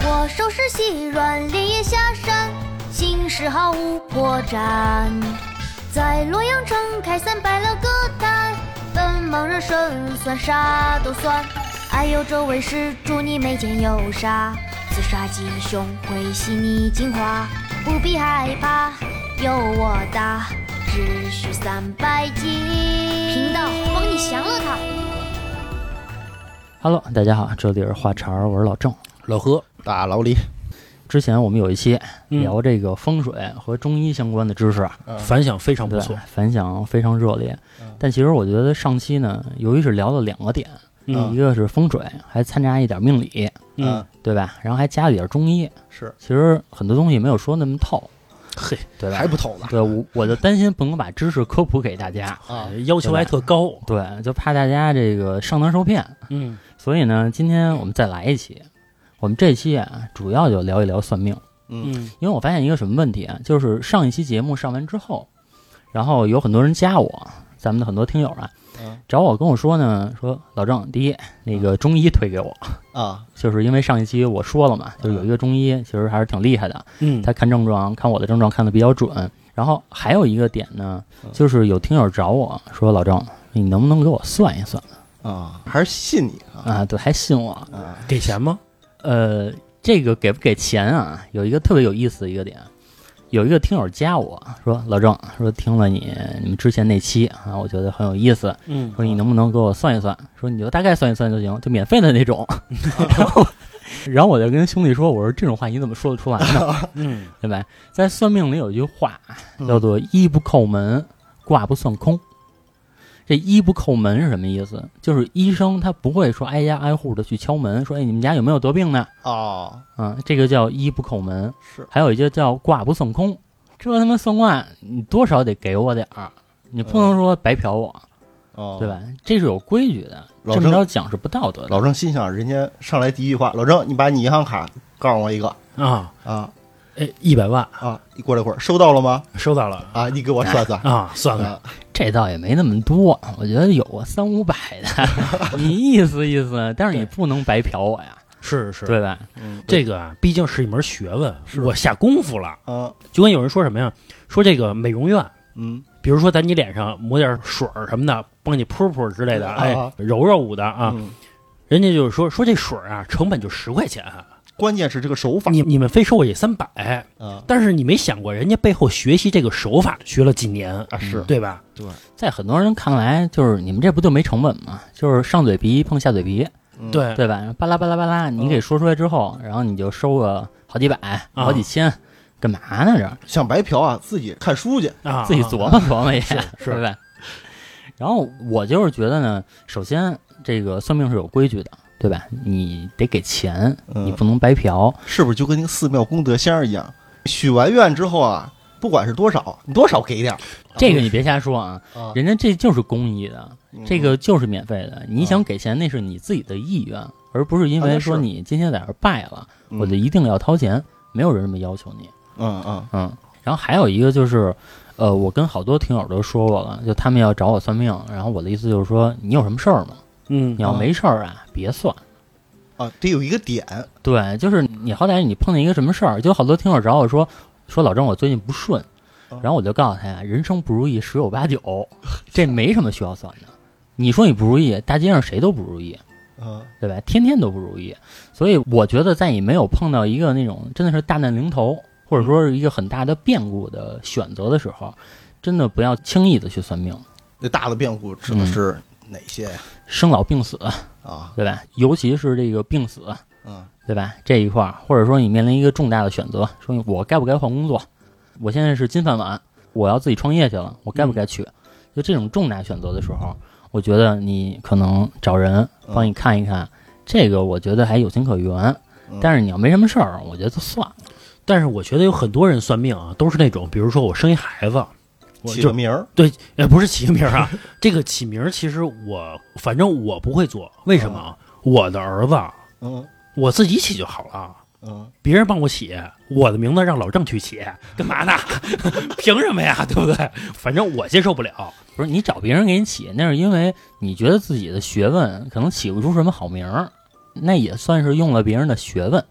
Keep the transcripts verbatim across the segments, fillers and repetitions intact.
我收拾细软，连夜下山，形势毫无破绽。在洛阳城开三百了个单，本忙人胜算啥都算。哎呦，这位施主你眉间有啥？刺杀吉凶会洗你精华，不必害怕，有我打，只需三百斤。贫道帮你降了他。 Hello， 大家好，这里是话茬，我是老郑， 老何， 大老李。 之前我们有一期聊这个风水和中医相关的知识， 嗯、反响非常不错， 反响非常热烈。嗯、但其实我觉得上期呢，由于是聊了两个点，嗯、一个是风水，还参加一点命理， 嗯， 对吧？然后还加了点中医， 是， 其实很多东西没有说那么透。 嘿， 对吧？ 还不透呢。 对，我我就担心不能把知识科普给大家啊，要求还特高。 对，就怕大家这个上当受骗。 嗯， 所以呢，今天我们再来一期。我们这期啊，主要就聊一聊算命。 嗯， 因为我发现一个什么问题啊，就是上一期节目上完之后，然后有很多人加我，咱们的很多听友啊，嗯、找我跟我说呢，说老郑，第一那个中医推给我啊， 就是因为上一期我说了嘛，就是有一个中医其实还是挺厉害的， 嗯， 他看症状，看我的症状看得比较准。然后还有一个点呢，就是有听友找我说，老郑，你能不能给我算一算啊？还是信你啊？ 啊，对，还信我啊？ 给钱吗？ 呃，这个给不给钱啊？有一个特别有意思的一个点，有一个听友加我说，老郑，说听了你你们之前那期啊，我觉得很有意思， 嗯， 说你能不能给我算一算？说你就大概算一算就行，就免费的那种。然后，然后我就跟兄弟说，我说这种话你怎么说得出来呢？ 嗯， 对吧？在算命里有一句话叫做“一不叩门，卦不算空”。这一不叩门是什么意思？就是医生他不会说挨家挨户的去敲门，说哎你们家有没有得病呢？ 哦， 嗯，这个叫一不叩门。 是， 还有一个叫卦不算空。这他妈算卦，你多少得给我点儿，你不能说白嫖我， 哦， 对吧？这是有规矩的，这么着讲是不道德的。 老郑心想，人家上来第一句话，老郑，你把你银行卡告诉我一个啊啊。 哎，一百万啊！你过来会儿，收到了吗？ 收到了啊！你给我算算啊，算了、啊， 这倒也没那么多，我觉得有个三五百的，你意思意思，但是你不能白嫖我呀， 是是， 对吧？ 嗯，这个啊，毕竟是一门学问，我下功夫了啊。 就跟有人说什么呀，说这个美容院， 嗯， 比如说在你脸上抹点水什么的，帮你扑扑之类的， 啊、 哎，揉揉捂的啊， 嗯、 人家就是说说这水啊，成本就十块钱。 关键是这个手法， 你你们非收我这三百， 嗯， 但是你没想过，人家背后学习这个手法学了几年啊，是对吧？ 对， 在很多人看来，就是你们这不就没成本吗？就是上嘴皮碰下嘴皮， 嗯、 对对吧？巴拉巴拉巴拉，你给说出来之后，然后你就收个好几百、 啊、 好几千，干嘛呢？这想白嫖啊，自己看书去啊， 自己琢磨琢磨也， 是是对吧？然后我就是觉得呢，首先这个算命是有规矩的。对吧？你得给钱，你不能白嫖， 嗯、是不是就跟那个寺庙功德箱一样？许完愿之后啊，不管是多少，你多少给点。 这个你别瞎说啊， 啊人家这就是公益的，嗯、这个就是免费的。你想给钱，那是你自己的意愿，而不是因为说你今天在这拜了， 嗯、 我就一定要掏钱，没有人这么要求你。 嗯嗯嗯。然后还有一个就是，呃，我跟好多听友都说过了，就他们要找我算命，然后我的意思就是说，你有什么事儿吗？ 嗯， 你要没事儿啊，别算啊，得有一个点。 对，就是你好歹你碰见一个什么事儿，就好多听友找我说，说老郑我最近不顺，然后我就告诉他呀，人生不如意十有八九，这没什么需要算的。你说你不如意，大街上谁都不如意， 嗯， 对吧？天天都不如意。所以我觉得在你没有碰到一个那种真的是大难临头，或者说是一个很大的变故的选择的时候，真的不要轻易的去算命。 那大的变故指的是、嗯哪些呀？ 生老病死啊， 对吧？尤其是这个病死， 嗯， 对吧？这一块，或者说你面临一个重大的选择，说我该不该换工作？我现在是金饭碗，我要自己创业去了，我该不该去？嗯、就这种重大选择的时候，我觉得你可能找人帮你看一看，嗯、这个我觉得还有情可原。嗯、但是你要没什么事儿，我觉得就算了。 但是我觉得有很多人算命啊，都是那种，比如说我生一孩子。 起个名儿， 对，呃，不是起个名儿啊，这个起名儿其实我反正我不会做，为什么？嗯、我的儿子， 嗯， 我自己起就好了， 嗯， 别人帮我起，我的名字让老郑去起，干嘛呢？凭什么呀？对不对？反正我接受不了。 不是你找别人给你起，那是因为你觉得自己的学问可能起不出什么好名儿，那也算是用了别人的学问。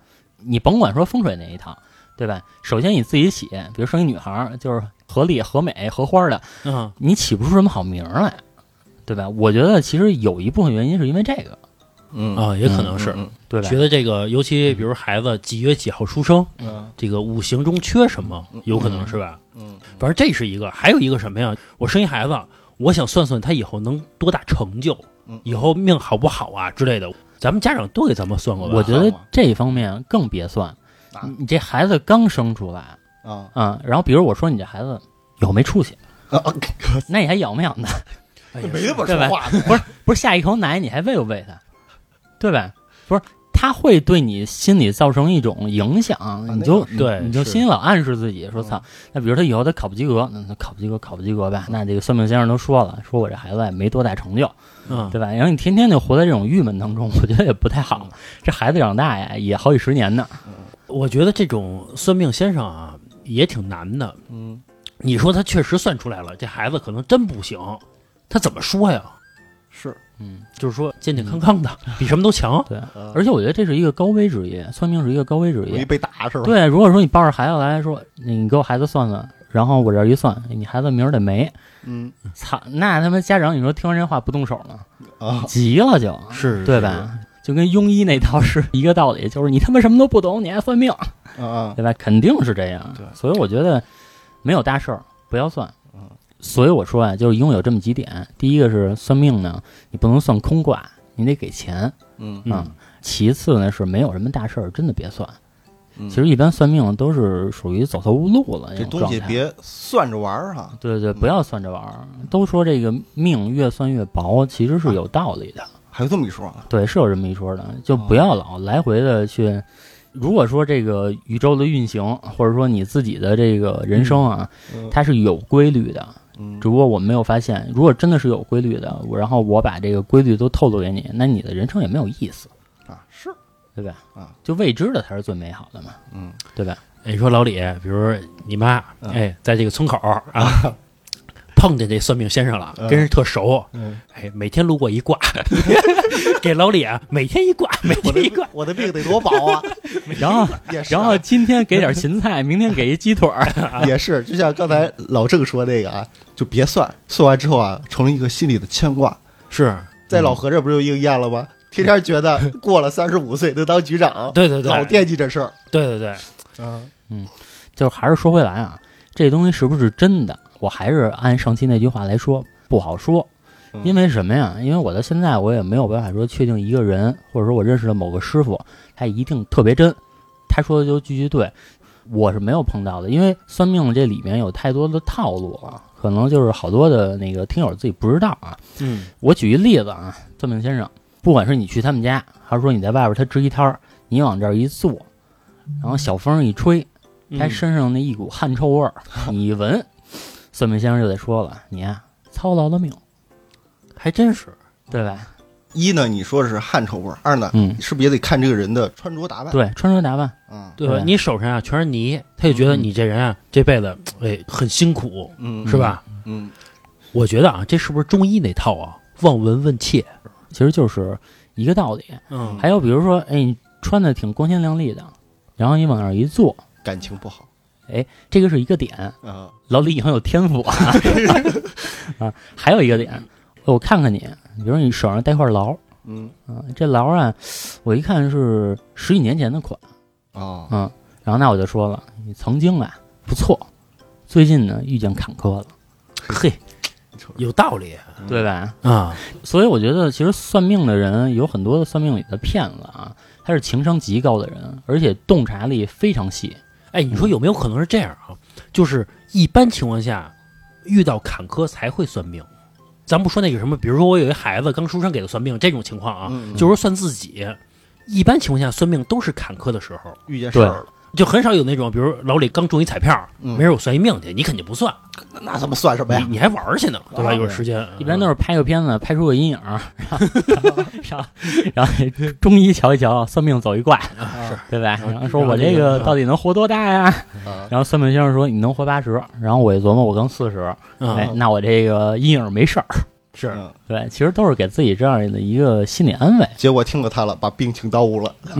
你甭管说风水那一套，对吧？首先你自己起，比如生一女孩，就是合理、和美、荷花的， 嗯， 你起不出什么好名来，对吧？我觉得其实有一部分原因是因为这个， 嗯啊，也可能是， 嗯嗯对吧？ 觉得这个，尤其比如孩子几月几号出生， 嗯这个五行中缺什么，有可能是吧？ 嗯， 反正这是一个，还有一个什么呀？我生一孩子，我想算算他以后能多大成就， 嗯以后命好不好啊之类的。咱们家长都给咱们算过吧？ 我觉得这方面更别算， 啊你这孩子刚生出来啊啊、嗯，然后比如我说你这孩子以后没出息， 啊， 那你还养不养他？ 哎呀没那么对吧说话的， 不是不是下一口奶你还喂不喂他，对吧？不是，他会对你心里造成一种影响，你就对你就是心里老暗示自己说操，那比如他以后他考不及格，那他考不及格考不及格吧，那这个算命先生都说了，说我这孩子也没多大成就， 嗯， 对吧？然后你天天就活在这种郁闷当中，我觉得也不太好。这孩子长大呀，也好几十年呢。 我觉得这种算命先生啊也挺难的。 嗯， 你说他确实算出来了，这孩子可能真不行，他怎么说呀？ 是， 嗯， 就是说健健康康的，比什么都强。 对， 呃而且我觉得这是一个高危职业，算命是一个高危职业。 容易被打是吧？ 对，如果说你抱着孩子来说，你给我孩子算算，然后我这儿一算，哎你孩子明儿得没， 嗯操，那他妈家长你说听完这话不动手呢， 啊， 急了就， 是对吧？就跟庸医那套是一个道理，就是你他妈什么都不懂，你还算命， 啊啊， 对吧？肯定是这样。 对所以我觉得没有大事儿不要算。所以我说啊，就是一共有这么几点。第一个是算命呢，你不能算空卦，你得给钱嗯啊。其次呢是没有什么大事儿，真的别算。 嗯， 其实一般算命都是属于走投无路了， 这东种状态。 西别算着玩儿哈。 对对，不要算着玩儿。都说这个命越算越薄，其实是有道理的。 还有这么一说啊？ 对，是有这么一说的，就不要老来回的去。如果说这个宇宙的运行，或者说你自己的这个人生啊， 嗯它是有规律的， 嗯只不过我们没有发现。如果真的是有规律的，我然后我把这个规律都透露给你，那你的人生也没有意思， 啊是对吧？ 啊， 就未知的才是最美好的嘛， 嗯对吧？ 哎你说老李，比如你妈， 嗯哎，在这个村口啊，碰见这算命先生了， 嗯跟人特熟， 嗯， 哎，每天路过一卦，给老李啊，每天一卦，每我天一卦的，我的命得多薄啊！ 然后也是啊， 然后今天给点芹菜，明天给一鸡腿儿， 也是，就像刚才老郑说那个啊，就别算，算完之后啊，成了一个心里的牵挂。 是在老何这不就应验了吗？天天觉得过了三十五岁能当局长， 对对对， 老惦记这事儿。 对对对， 嗯就还是说回来啊，这东西是不是真的？我还是按上期那句话来说，不好说。因为什么呀？因为我到现在我也没有办法说确定一个人，或者说我认识的某个师傅，他一定特别真，他说的就句句对，我是没有碰到的。因为算命这里面有太多的套路啊，可能就是好多的那个听友自己不知道啊。 嗯， 我举一例子啊，算命先生，不管是你去他们家，还是说你在外边他支一摊儿，你往这儿一坐，然后小风一吹，他身上那一股汗臭味儿，你一闻，算命先生就得说了，你呀、操劳了命， 还真是。 对吧？ 一呢，你说是汗臭味儿；二呢， 嗯， 是不是也得看这个人的穿着打扮？ 对，穿着打扮， 啊， 对吧？ 对你手上啊全是泥，他就觉得你这人啊这辈子哎很辛苦， 嗯， 是吧？ 嗯， 我觉得啊，这是不是中医那套啊？望闻问切， 其实就是一个道理。 嗯还有比如说，哎，你穿的挺光鲜亮丽的，然后你往那儿一坐， 感情不好哎，这个是一个点。 啊。 老李很有天赋啊，啊，还有一个点，我看看你，比如你手上戴块劳， 嗯啊，这劳啊，我一看是十几年前的款， 哦， 嗯，然后那我就说了，你曾经啊不错，最近呢遇见坎坷了， 嘿，有道理对吧？ 啊。 所以我觉得其实算命的人有很多的算命里的骗子啊，他是情商极高的人，而且洞察力非常细。 哎，你说有没有可能是这样啊？就是一般情况下遇到坎坷才会算命。咱不说那个什么，比如说我有一孩子刚出生给他算命这种情况啊， 嗯嗯就是说算自己。一般情况下算命都是坎坷的时候， 遇见事儿了， 就很少有那种，比如老李刚中一彩票， 嗯没人我算一命去，你肯定不算， 那那怎么算什么呀？ 你你还玩儿去呢，对吧？ 啊一会儿时间一般都是拍个片子，拍出个阴影，然后然后然后中医瞧一瞧，算命走一卦， 是对吧？然后说我这个到底能活多大呀？ 啊， 然后算命先生说你能活八十，然后我一琢磨我刚四十，哎啊，， 那我这个阴影没事儿。 是嗯对，其实都是给自己这样的一个心理安慰结果听了他了，把病请到屋了。 啊。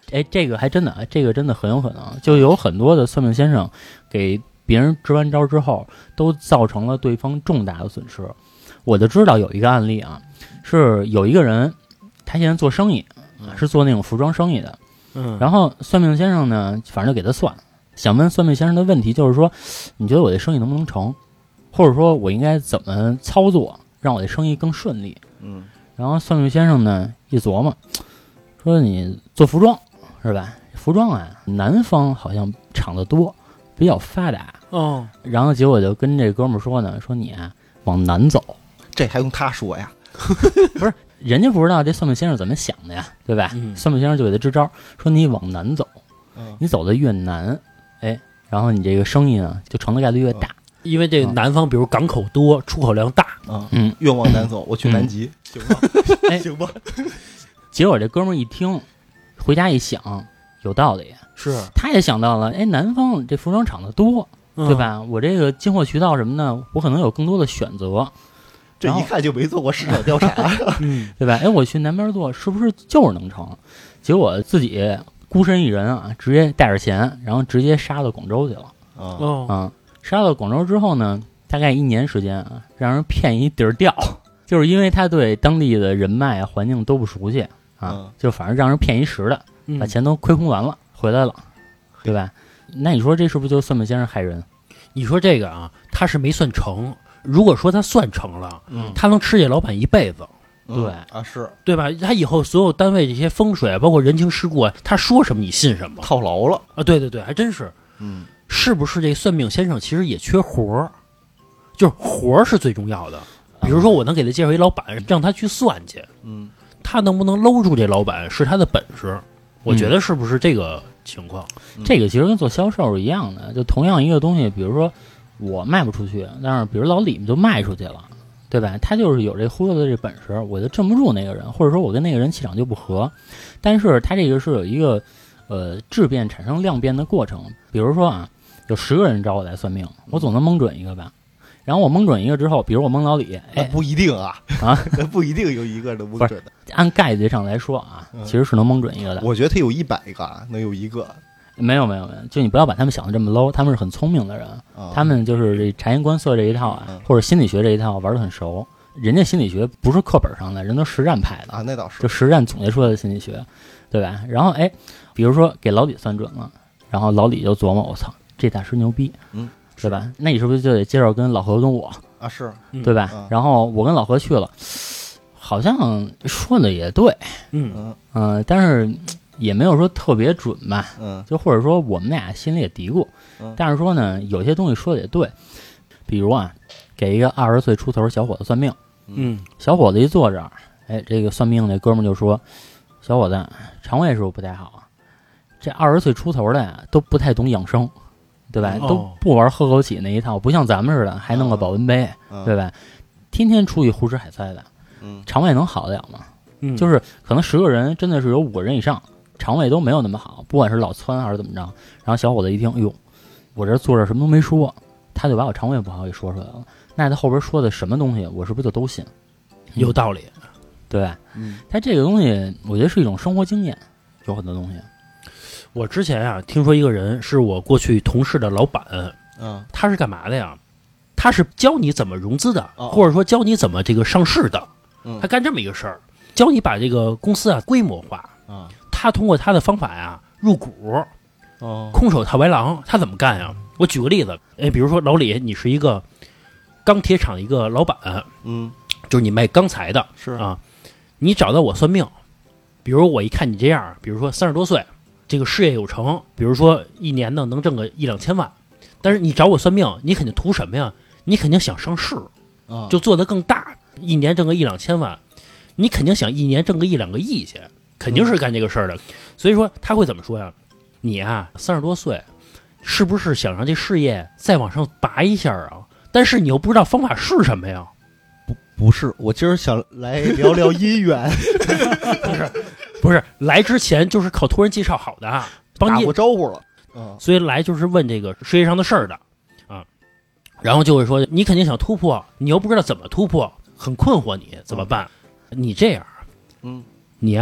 哎，这个还真的，这个真的很有可能，就有很多的算命先生给别人支完招之后，都造成了对方重大的损失。我就知道有一个案例啊，是有一个人，他现在做生意，是做那种服装生意的， 嗯， 然后算命先生呢，反正就给他算，想问算命先生的问题就是说，你觉得我这生意能不能成，或者说我应该怎么操作，让我这生意更顺利。 嗯， 然后算命先生呢一琢磨，说你做服装是吧？服装啊，南方好像厂子多，比较发达。 哦， 然后结果就跟这哥们儿说呢，说你啊往南走。 这还用他说呀？ 不是，人家不知道这算命先生怎么想的呀，对吧？ 嗯、 算命先生就给他支招，说你往南走， 嗯、 你走的越南，哎，然后你这个生意呢就成的概率越大。 嗯、因为这个南方，比如港口多，出口量大。 啊， 嗯， 越往南走，我去南极， 嗯、 行吧？ 哎， 行吧。 结果这哥们儿一听，回家一想，有道理， 是， 他也想到了，哎，南方这服装厂子多， 嗯、 对吧？我这个进货渠道什么的，我可能有更多的选择。 这一看就没做过市场调查， 嗯， 对吧？哎，我去南边做，是不是就是能成？结果自己孤身一人啊，直接带着钱，然后直接杀到广州去了。 啊哦， 啊，杀到广州之后呢，大概一年时间啊，让人骗一底儿掉，就是因为他对当地的人脉啊、环境都不熟悉啊， 嗯、 就反正让人骗一时的，把钱都亏空完了，回来了，对吧？那你说这是不是就算命先生害人？ 你说这个啊，他是没算成。如果说他算成了， 嗯， 他能吃这老板一辈子， 对、 嗯、啊，是对吧？他以后所有单位这些风水，包括人情世故，他说什么你信什么， 套牢了啊！对对对，还真是。 嗯， 是不是这算命先生其实也缺活儿？就是活儿是最重要的。比如说，我能给他介绍一老板，让他去算去， 嗯， 他能不能搂住这老板是他的本事。我觉得是不是这个情况？ 嗯、这个其实跟做销售是一样的，就同样一个东西，比如说。我卖不出去，但是比如老李们就卖出去了，对吧？他就是有这忽悠的这本事，我就镇不住那个人，或者说我跟那个人气场就不合。但是他这个是有一个呃质变产生量变的过程。比如说啊，有十个人找我来算命，我总能蒙准一个吧。然后我蒙准一个之后，比如我蒙老李，哎， 不一定啊啊， 那不一定有一个能蒙准的。 按概率上来说啊，其实是能蒙准一个的。 我觉得他有一百个，能有一个。 没有没有没有，就你不要把他们想的这么 low， 他们是很聪明的人， 哦、 他们就是这察言观色这一套啊， 嗯、 或者心理学这一套玩得很熟。人家心理学不是课本上的，人都实战派的啊，那倒是， 就实战总结出来的心理学，对吧？然后哎，比如说给老李算准了，然后老李就琢磨，我操，这大师牛逼， 嗯， 对吧？那你是不是就得介绍跟老何跟我啊？是， 对吧？ 嗯、 然后我跟老何去了，好像说的也对， 嗯嗯、呃、但是。也没有说特别准吧， 嗯， 就或者说我们俩心里也嘀咕， 嗯， 但是说呢，有些东西说的也对，比如啊，给一个二十岁出头小伙子算命， 嗯， 小伙子一坐这儿，哎，这个算命那哥们就说，小伙子肠胃是不是不太好啊？这二十岁出头的呀，都不太懂养生，对吧？ 哦、 都不玩喝枸杞那一套，不像咱们似的还弄个保温杯， 嗯、 对吧？天天出去胡吃海塞的， 嗯， 肠胃能好得了吗？ 嗯， 就是可能十个人真的是有五个人以上。肠胃都没有那么好，不管是老窜还是怎么着。然后小伙子一听，哎呦，我这坐着什么都没说，他就把我肠胃不好给说出来了。那他后边说的什么东西，我是不是就都信？ 有道理， 嗯、对吧？ 嗯， 他这个东西，我觉得是一种生活经验，有很多东西。 我之前啊，听说一个人是我过去同事的老板， 嗯， 他是干嘛的呀？他是教你怎么融资的， 哦、 或者说教你怎么这个上市的， 嗯， 他干这么一个事儿，教你把这个公司啊规模化， 啊。 他通过他的方法呀入股， 哦， 空手套白狼。他怎么干呀？我举个例子，哎，比如说老李，你是一个钢铁厂一个老板， 嗯， 就是你卖钢材的， 是啊，你找到我算命，比如我一看你这样，比如说三十多岁，这个事业有成，比如说一年呢能挣个一两千万，但是你找我算命，你肯定图什么呀？你肯定想上市， 啊， 就做得更大，一年挣个一两千万，你肯定想一年挣个一两个亿去。肯定是干这个事儿的，嗯、所以说他会怎么说呀？你啊，三十多岁，是不是想让这事业再往上拔一下啊？但是你又不知道方法是什么呀？ 不，不是，我今儿想来聊聊姻缘， 不是，不是，来之前就是靠托人介绍好的，帮你打过招呼了，嗯， 所以来就是问这个事业上的事儿的啊，然后就会说你肯定想突破，你又不知道怎么突破，很困惑你，怎么办？嗯、你这样， 嗯， 你啊。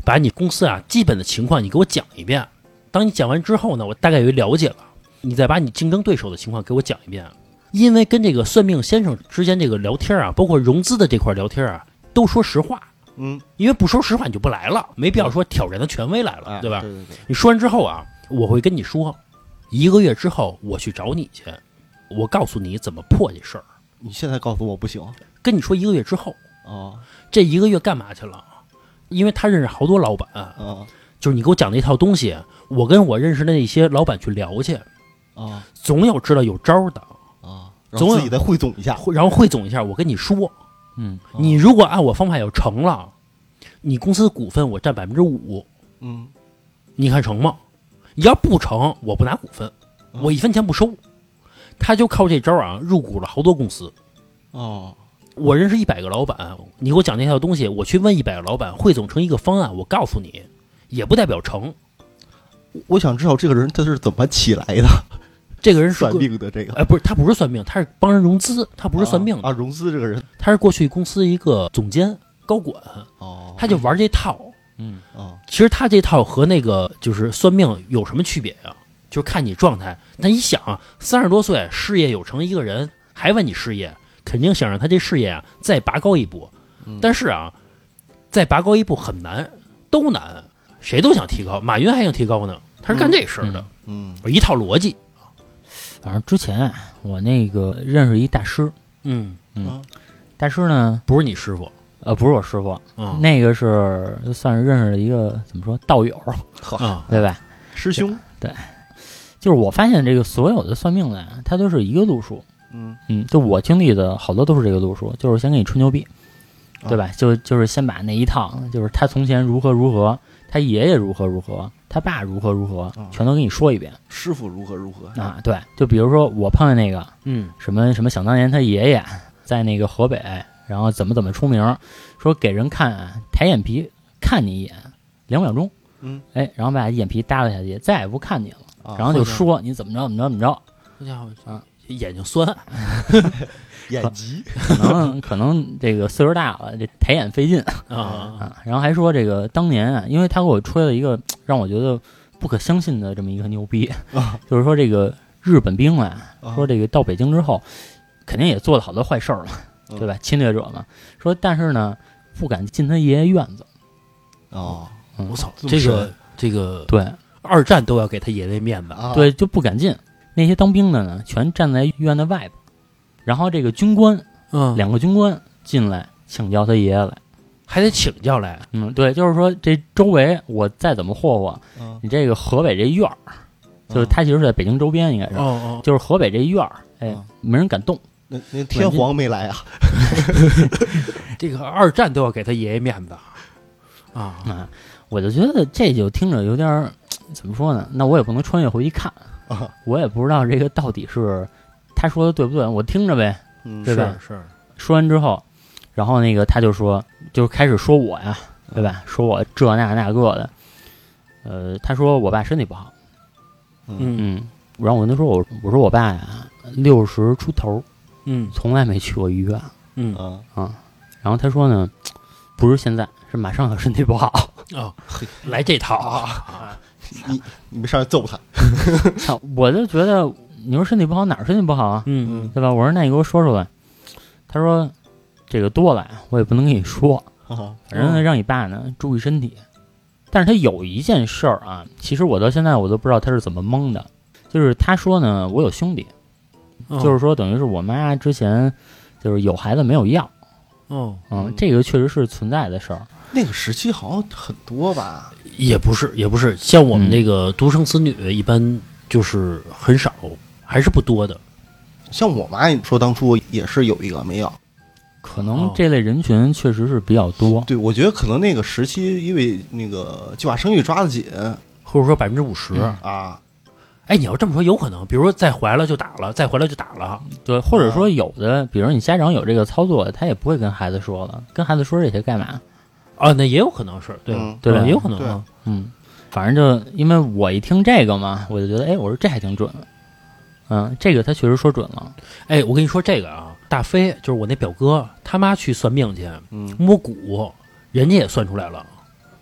把你公司啊基本的情况你给我讲一遍。当你讲完之后呢，我大概有了解了，你再把你竞争对手的情况给我讲一遍。因为跟这个算命先生之间这个聊天啊，包括融资的这块聊天啊，都说实话。 嗯， 因为不说实话你就不来了，没必要说挑战的权威来了， 哎对吧？ 对对对， 你说完之后啊，我会跟你说，一个月之后我去找你去，我告诉你怎么破这事儿。 你现在告诉我不行跟你说一个月之后， 啊这一个月干嘛去了？因为他认识好多老板， 啊就是你给我讲那套东西，我跟我认识的那些老板去聊去， 啊总有知道有招的， 啊，然总有后自己再汇总一下。 会然后汇总一下，我跟你说， 嗯， 你如果按我方法要成了，你公司股份我占百分之五， 嗯， 你看成吗？你要不成，我不拿股份，我一分钱不收。他就靠这招啊，入股了好多公司。 哦， 我认识一百个老板，你给我讲那套东西，我去问一百个老板，汇总成一个方案，我告诉你，也不代表成。 我想知道这个人他是怎么起来的？ 这个人是算个， 命的这个哎，不是，他不是算命，他是帮人融资，他不是算命的， 啊，融资这个人他是过去公司一个总监高管， 哦， 他就玩这套。 嗯， 啊其实他这套和那个就是算命有什么区别呀、就是看你状态。那你想啊，三十多岁事业有成一个人，还问你事业，肯定想让他这事业啊再拔高一步。但是啊，再拔高一步很难，都难，谁都想提高，马云还想提高呢，他是干这事儿的， 嗯一套逻辑。 反正之前啊我那个认识一大师， 嗯， 嗯，大师呢， 不是你师傅呃，不是我师傅， 啊那个是就算是认识了一个怎么说道友， 啊， 对吧？ 师兄， 就是我发现这个所有的算命的呀，它都是一个路数， 嗯嗯，就我经历的好多都是这个路数，就是先给你吹牛逼，对吧？就就是先把那一套，就是他从前如何如何，他爷爷如何如何，他爸如何如何，全都给你说一遍师傅如何如何啊。对，就比如说我碰见那个嗯什么什么，想当年他爷爷在那个河北，然后怎么怎么出名，说给人看抬眼皮看你一眼两秒钟， 嗯， 哎，然后把眼皮耷拉下去，再也不看你了， 啊然后就说你怎么着怎么着怎么着。 好家伙啊， 眼睛酸， 眼疾可能可能这个岁数大了，这抬眼费劲啊啊。然后还说这个当年啊，因为他给我吹了一个让我觉得不可相信的这么一个牛逼， 啊就是说这个日本兵啊， 啊说这个到北京之后，肯定也做了好多坏事儿了， 嗯对吧？侵略者嘛，说但是呢，不敢进他爷爷院子。 哦嗯我操， 这么这个深这个对二战都要给他爷爷面子， 啊， 对，就不敢进。那些当兵的呢，全站在院的外边，然后这个军官嗯， 两个军官进来请教他爷爷来。 还得请教来， 嗯，对，就是说这周围我再怎么霍霍， 嗯你这个河北这院儿，就是它其实是在北京周边，应该是， 哦哦， 就是河北这院儿，哎嗯， 没人敢动。 那那天皇没来啊？ 这个二战都要给他爷爷面子啊， 啊，我就觉得这就听着有点儿怎么说呢？那我也不能穿越回去看， 啊我也不知道这个到底是他说的对不对，我听着呗。 嗯对吧是是， 说完之后，然后那个他就说，就开始说我呀，对吧？说我这那那个的。呃，他说我爸身体不好， 嗯嗯，然后我跟他说我我说我爸呀六十出头， 嗯从来没去过医院嗯啊啊。然后他说呢，不是现在，是马上要身体不好。 哦，来这套啊， 你你们上去揍他， 操，我就觉得你说身体不好哪儿身体不好啊， 嗯对吧？我说那你给我说出来。他说这个多了呀，我也不能跟你说， 啊反正呢让你爸呢注意身体。但是他有一件事儿啊，其实我到现在我都不知道他是怎么蒙的，就是他说呢，我有兄弟， 嗯， 就是说等于是我妈之前就是有孩子没有要， 哦， 嗯，这个确实是存在的事儿。 那个时期好像很多吧？ 也不是也不是，像我们这个独生子女一般就是很少，还是不多的。 像我妈说当初也是有一个没要， 可能这类人群确实是比较多。 对，我觉得可能那个时期因为那个计划生育抓得紧或者说百分之五十， 啊， 哎，你要这么说有可能，比如说再怀了就打了，再回来就打了， 对，或者说有的，比如你家长有这个操作，他也不会跟孩子说了，跟孩子说这些干嘛？ 啊，那也有可能是对嗯对吧也有可能对啊， 嗯，反正就因为我一听这个嘛，我就觉得，哎，我说这还挺准。嗯，这个他确实说准了。 哎，我跟你说这个啊，大飞就是我那表哥，他妈去算命去， 嗯摸骨，人家也算出来了，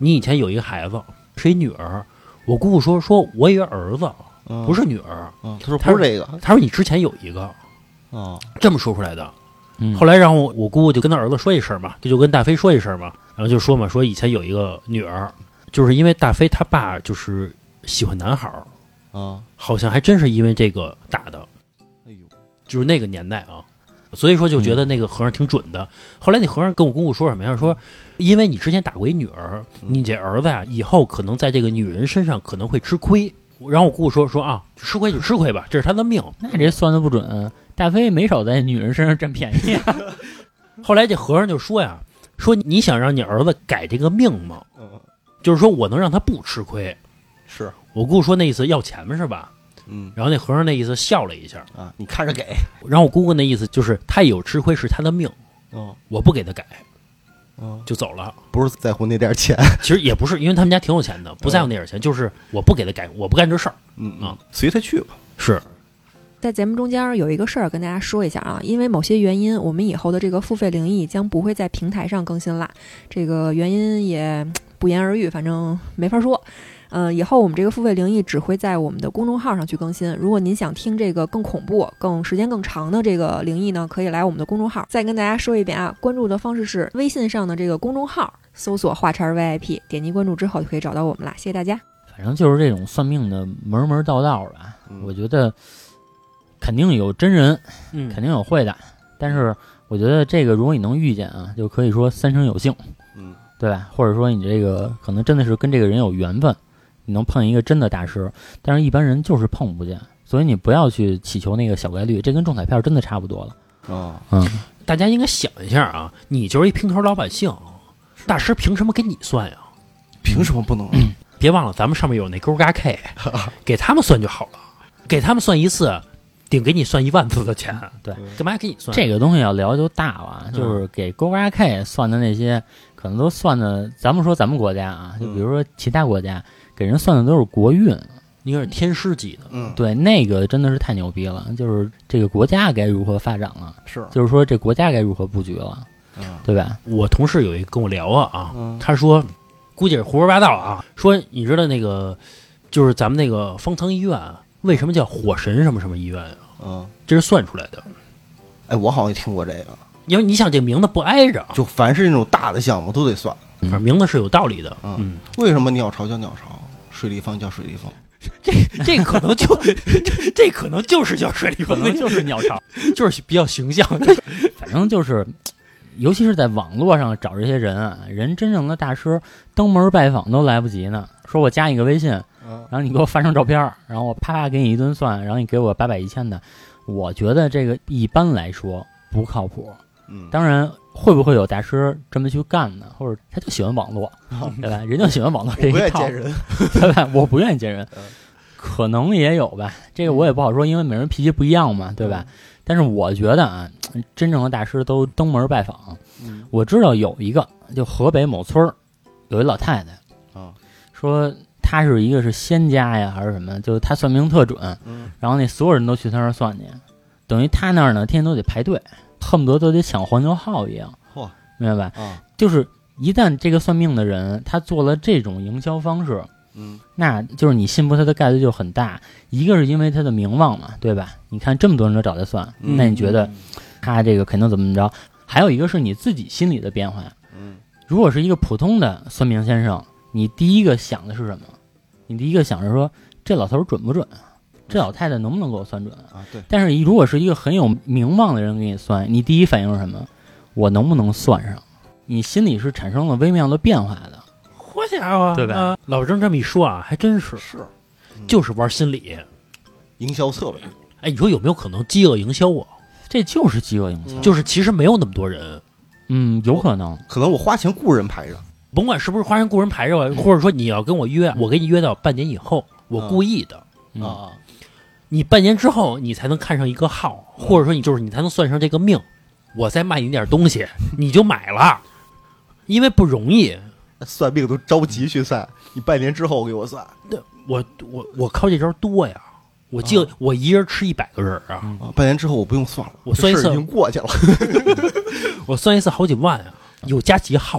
你以前有一个孩子是一女儿，我姑姑说说我有一个儿子， 嗯、 不是女儿。 嗯，他说不是这个， 他说你之前有一个， 哦， 这么说出来的。 嗯、 后来然后我姑姑就跟他儿子说一声嘛，这就跟大飞说一声嘛，然后就说嘛，说以前有一个女儿，就是因为大飞他爸就是喜欢男孩儿， 啊， 好像还真是因为这个打的。 哎呦， 就是那个年代啊，所以说就觉得那个和尚挺准的。嗯、后来那和尚跟我姑姑说什么呀？说因为你之前打过一女儿，你这儿子呀、啊，以后可能在这个女人身上可能会吃亏。然后我姑姑说说啊，吃亏就吃亏吧，这是他的命。 那这算的不准，大飞没少在女人身上占便宜、啊。 后来这和尚就说呀，说你想让你儿子改这个命吗？ 嗯， 就是说我能让他不吃亏。 是我姑姑说那意思要钱嘛是吧？ 嗯， 然后那和尚那意思笑了一下啊，你看着给。 然后我姑姑那意思就是他有吃亏是他的命， 哦， 我不给他改。 嗯， 就走了， 不是在乎那点钱， 其实也不是，因为他们家挺有钱的，不在乎那点钱，就是我不给他改，我不干这事儿， 嗯啊， 随他去吧。 是在节目中间有一个事儿跟大家说一下啊，因为某些原因，我们以后的这个付费灵异将不会在平台上更新啦，这个原因也不言而喻，反正没法说。呃，以后我们这个付费灵异只会在我们的公众号上去更新。如果您想听这个更恐怖、更时间更长的这个灵异呢，可以来我们的公众号。再跟大家说一遍啊，关注的方式是微信上的这个公众号，搜索话茬 V I P， 点击关注之后就可以找到我们啦。谢谢大家。 反正就是这种算命的门门道道吧，嗯、我觉得肯定有真人， 嗯， 肯定有会的，但是我觉得这个如果你能遇见啊，就可以说三生有幸， 嗯， 对吧？或者说你这个可能真的是跟这个人有缘分。你能碰一个真的大师，但是一般人就是碰不见，所以你不要去祈求那个小概率，这跟中彩票真的差不多了。 哦， 嗯， 大家应该想一下啊，你就是一平头老百姓，大师凭什么给你算呀？ 凭什么不能？ 嗯、别忘了咱们上面有那勾嘎 K， 给他们算就好了，给他们算一次，顶给你算一万次的钱。 对， 干嘛给你算？ 这个东西要聊就大了，就是给勾嘎 K 算的那些，可能都算的，咱们说咱们国家啊，就比如说其他国家。给人算的都是国运， 应该是天师级的。 嗯， 对，那个真的是太牛逼了，就是这个国家该如何发展了， 是， 就是说这国家该如何布局了，嗯，对吧？ 我同事有一个跟我聊啊啊， 嗯、 他说，估计是胡说八道啊，说你知道那个，就是咱们那个方舱医院为什么叫火神什么什么医院啊？ 嗯， 这是算出来的。 哎，我好像也听过这个， 因为你想这名字不挨着， 就凡是那种大的项目都得算。 反正名字是有道理的。 嗯，嗯为什么鸟巢叫鸟巢，水立方叫水立方？ 这这可能就这这可能就是叫水立方， 可能就是鸟巢， 就是比较形象。 反正就是，尤其是在网络上找这些人啊，人真正的大师登门拜访都来不及呢。说我加你个微信，然后你给我发张照片，然后我啪啪给你一顿算，然后你给我八百一千的，我觉得这个一般来说不靠谱。 嗯， 当然。会不会有大师这么去干呢？或者他就喜欢网络，对吧？人就喜欢网络这一套， 我不愿意见人， 对吧？我不愿意见人，可能也有吧。这个我也不好说，因为每人脾气不一样嘛，对吧？但是我觉得啊，真正的大师都登门拜访。 嗯、 我知道有一个，就河北某村有一老太太啊， 说她是一个是仙家呀，还是什么？就是她算命特准， 嗯、 然后那所有人都去她那儿算去，等于她那儿呢，天天都得排队。恨不得都得抢黄牛号一样， 嚯， 明白吧？ 啊， 就是一旦这个算命的人他做了这种营销方式， 嗯， 那就是你信服他的概率就很大。一个是因为他的名望嘛，对吧？你看这么多人都找他算， 嗯、 那你觉得他这个肯定怎么着？还有一个是你自己心里的变化。 嗯， 如果是一个普通的算命先生，你第一个想的是什么？你第一个想着说这老头准不准？这老太太能不能给我算准啊？对。 但是如果是一个很有名望的人给你算，你第一反应是什么？我能不能算上？你心里是产生了微妙的变化的。 好家伙， 对吧？ 啊、老郑这么一说啊，还真是是， 嗯、就是玩心理营销策略。 哎，你说有没有可能饥饿营销啊？ 这就是饥饿营销， 嗯、就是其实没有那么多人。 嗯，有可能， 可能我花钱雇人排着， 甭管是不是花钱雇人排着，或者说你要跟我约，我给你约到半年以后，我故意的、 嗯、 啊。 你半年之后，你才能看上一个号，或者说你就是你才能算上这个命，我再卖你点东西，你就买了，因为不容易。 算命都着急去算，你半年之后给我算。 我我我靠这招多呀！我记得我一人吃一百个人啊、 嗯！ 半年之后我不用算了， 我算一次已经过去了。 我算一次好几万啊，有加几号啊？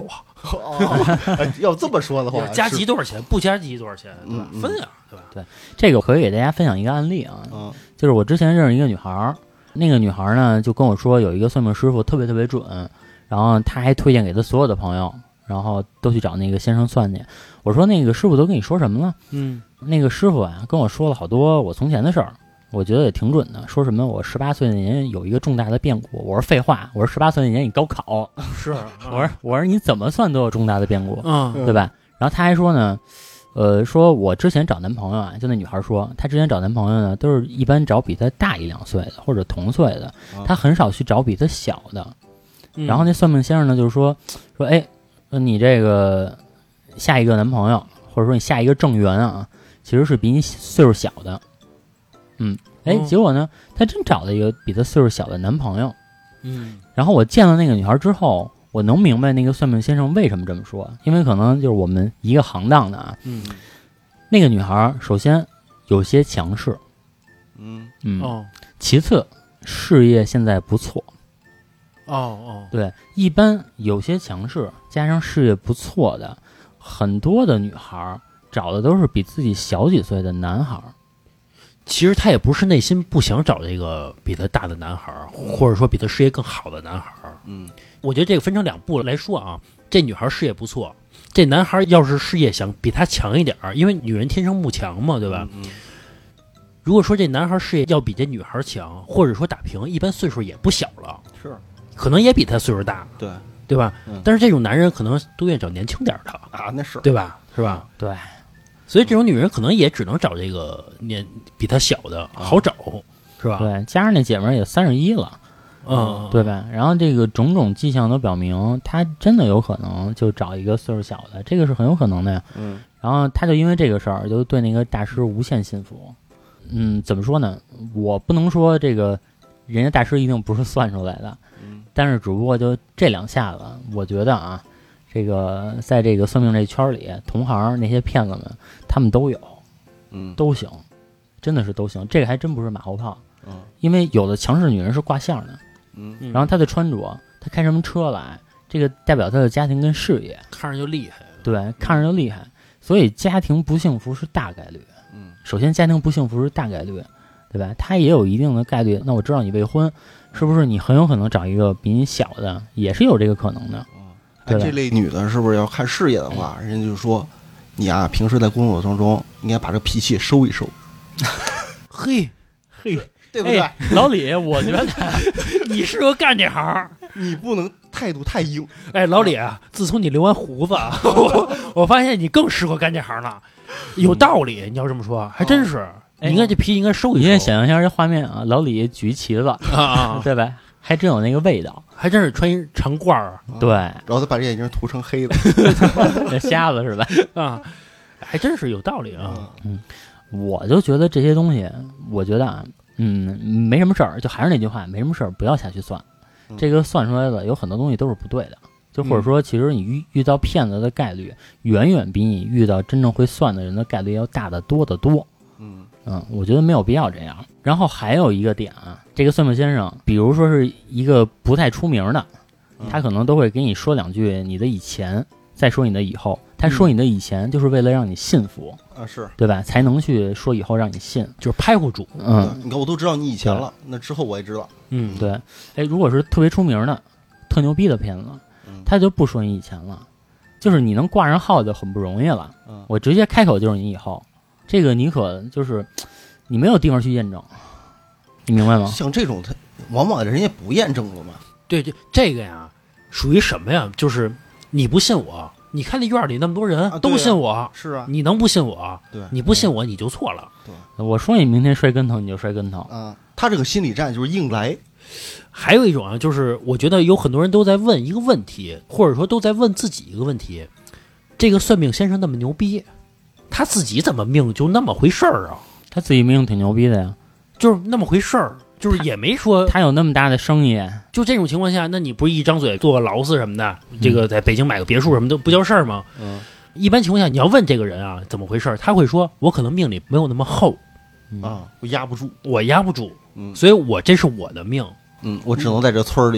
哦，要这么说的话， 加是急多少钱？不加急多少钱？对吧？ 嗯嗯分呀，对吧？ 这个我可以给大家分享一个案例啊， 嗯就是我之前认识一个女孩儿，那个女孩儿呢就跟我说有一个算命师傅特别特别准，然后他还推荐给他所有的朋友，然后都去找那个先生算去。我说那个师傅都跟你说什么了？ 嗯那个师傅啊跟我说了好多我从前的事儿，我觉得也挺准的。说什么我十八岁那年有一个重大的变故，我说废话，我说十八岁那年你高考， 是， 我说我说你怎么算都有重大的变故， 嗯对吧？然后他还说呢。呃，说我之前找男朋友啊，就那女孩说，她之前找男朋友呢，都是一般找比她大一两岁的或者同岁的，她很少去找比她小的。 嗯然后那算命先生呢，就是说说，哎，说你这个下一个男朋友，或者说你下一个正缘啊，其实是比你岁数小的。嗯，哎， 哦结果呢，她真找了一个比她岁数小的男朋友。 嗯然后我见了那个女孩之后，我能明白那个算命先生为什么这么说，因为可能就是我们一个行当的啊。 嗯那个女孩首先有些强势， 嗯嗯， 哦其次事业现在不错， 哦哦， 对，一般有些强势加上事业不错的，很多的女孩找的都是比自己小几岁的男孩。 其实他也不是内心不想找这个比他大的男孩儿，或者说比他事业更好的男孩儿。 嗯我觉得这个分成两步来说啊，这女孩事业不错，这男孩要是事业想比他强一点儿，因为女人天生慕强嘛，对吧？ 嗯如果说这男孩事业要比这女孩强，或者说打平，一般岁数也不小了， 是可能也比他岁数大， 对对吧？ 嗯但是这种男人可能都愿意找年轻点儿的， 啊，那是对吧？是吧？ 对， 所以这种女人可能也只能找这个年比她小的，好找，是吧？ 对，加上那姐们儿也三十一了， 嗯， 对吧？然后这个种种迹象都表明，她真的有可能就找一个岁数小的，这个是很有可能的呀。 嗯然后她就因为这个事儿，就对那个大师无限信服。嗯，怎么说呢？我不能说这个人家大师一定不是算出来的， 嗯但是只不过就这两下子，我觉得啊，这个在这个算命这圈里，同行那些骗子们，他们都有， 嗯都行，真的是都行。这个还真不是马后炮， 嗯因为有的强势女人是卦象的， 嗯嗯然后她的穿着，她开什么车来，这个代表她的家庭跟事业， 看着就厉害。 对，看着就厉害。所以家庭不幸福是大概率。 嗯首先，家庭不幸福是大概率，对吧？它也有一定的概率。那我知道你未婚，是不是你很有可能找一个比你小的，也是有这个可能的。 哎， 对吧这类女的是不是要看事业的话，人家就说你啊，平时在工作当中应该把这脾气收一收， 嘿， 嘿， 对不对？ 哎，老李，我觉得你适合干这行。 你不能态度太硬。 哎，老李啊，自从你留完胡子啊，我我发现你更适合干这行了，有道理。你要这么说，还真是。 哎你应该这脾气应该收一收。 你先想象一下这画面啊，老李举一旗子， 啊啊， 对吧？还真有那个味道。 还真是穿一长褂儿对， 然后他把这眼睛涂成黑的。 这瞎子是吧？ 啊，还真是有道理啊。 我就觉得这些东西，我觉得啊，嗯，没什么事儿，就还是那句话，没什么事儿，不要下去算。 嗯这个算出来的有很多东西都是不对的，就或者说，其实你遇遇到骗子的概率，远远比你遇到真正会算的人的概率要大得多得多。 嗯嗯，我觉得没有必要这样。然后还有一个点啊，这个算命先生，比如说是一个不太出名的，他可能都会给你说两句你的以前，再说你的以后。他说你的以前，就是为了让你信服， 啊是， 对吧？才能去说以后让你信。 就是拍户主。 嗯， 你看我都知道你以前了，那之后我也知道。 嗯， 对。哎，如果是特别出名的、特牛逼的骗子， 嗯他就不说你以前了，就是你能挂上号就很不容易了。 嗯我直接开口就是你以后，这个你可就是你没有地方去验证，你明白吗？ 像这种他往往人家不验证了嘛。 对对，这个呀，属于什么呀？就是你不信我，你看那院里那么多人啊对啊都信我， 是啊， 你能不信我？ 对， 你不信我，你就错了。 我说你明天摔跟头，你就摔跟头。 啊，他这个心理战就是硬来。 还有一种啊，就是我觉得有很多人都在问一个问题，或者说都在问自己一个问题：这个算命先生那么牛逼，他自己怎么命就那么回事儿啊？ 他自己命挺牛逼的呀， 就是那么回事儿，就是也没说。 他有那么大的生意， 就这种情况下，那你不是一张嘴做个劳斯什么的，这个在北京买个别墅什么的不叫事儿吗？ 嗯一般情况下，你要问这个人啊怎么回事儿，他会说：“我可能命里没有那么厚， 啊，我压不住。 我压不住， 嗯所以我这是我的命。 嗯，我只能在这村儿里头。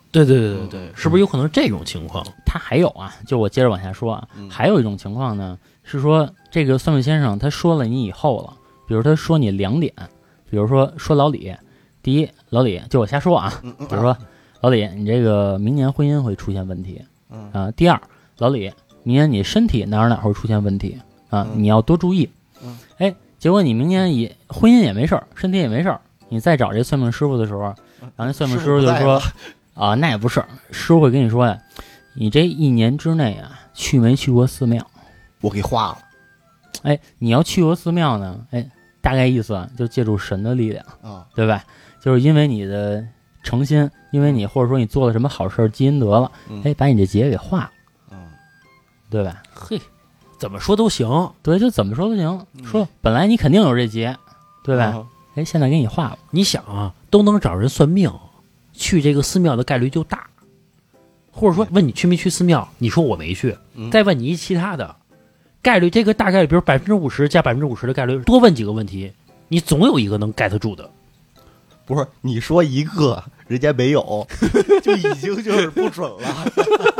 对对对对对，是不是有可能这种情况？ 他还有啊，就我接着往下说啊， 嗯还有一种情况呢，是说这个算命先生他说了你以后了，比如他说你两点，比如说说老李，第一，老李就我瞎说啊， 嗯嗯比如说老李，你这个明年婚姻会出现问题嗯啊、呃第二，老李，明年你身体哪儿哪儿会出现问题啊、 嗯你要多注意。 嗯， 哎，结果你明年也婚姻也没事儿，身体也没事儿，你再找这算命师傅的时候，然后那算命师傅就说啊，那也不是，师傅会跟你说呀，你这一年之内啊，去没去过寺庙？ 我给画了， 哎，你要去过寺庙呢，哎，大概意思啊，就借助神的力量， 啊， 对吧？就是因为你的诚心，因为你或者说你做了什么好事儿积阴德了， 嗯哎，把你这劫给化了， 嗯对吧？ 嘿，怎么说都行。 对，就怎么说都行。 嗯说本来你肯定有这劫，对吧？ 啊哎，现在给你化了， 你想啊，都能找人算命，去这个寺庙的概率就大。或者说问你去没去寺庙，你说我没去， 嗯再问你一其他的，概率这个大概率，比如百分之五十加百分之五十的概率，多问几个问题，你总有一个能 get 住的。 不是你说一个，人家没有，就已经就是不准了。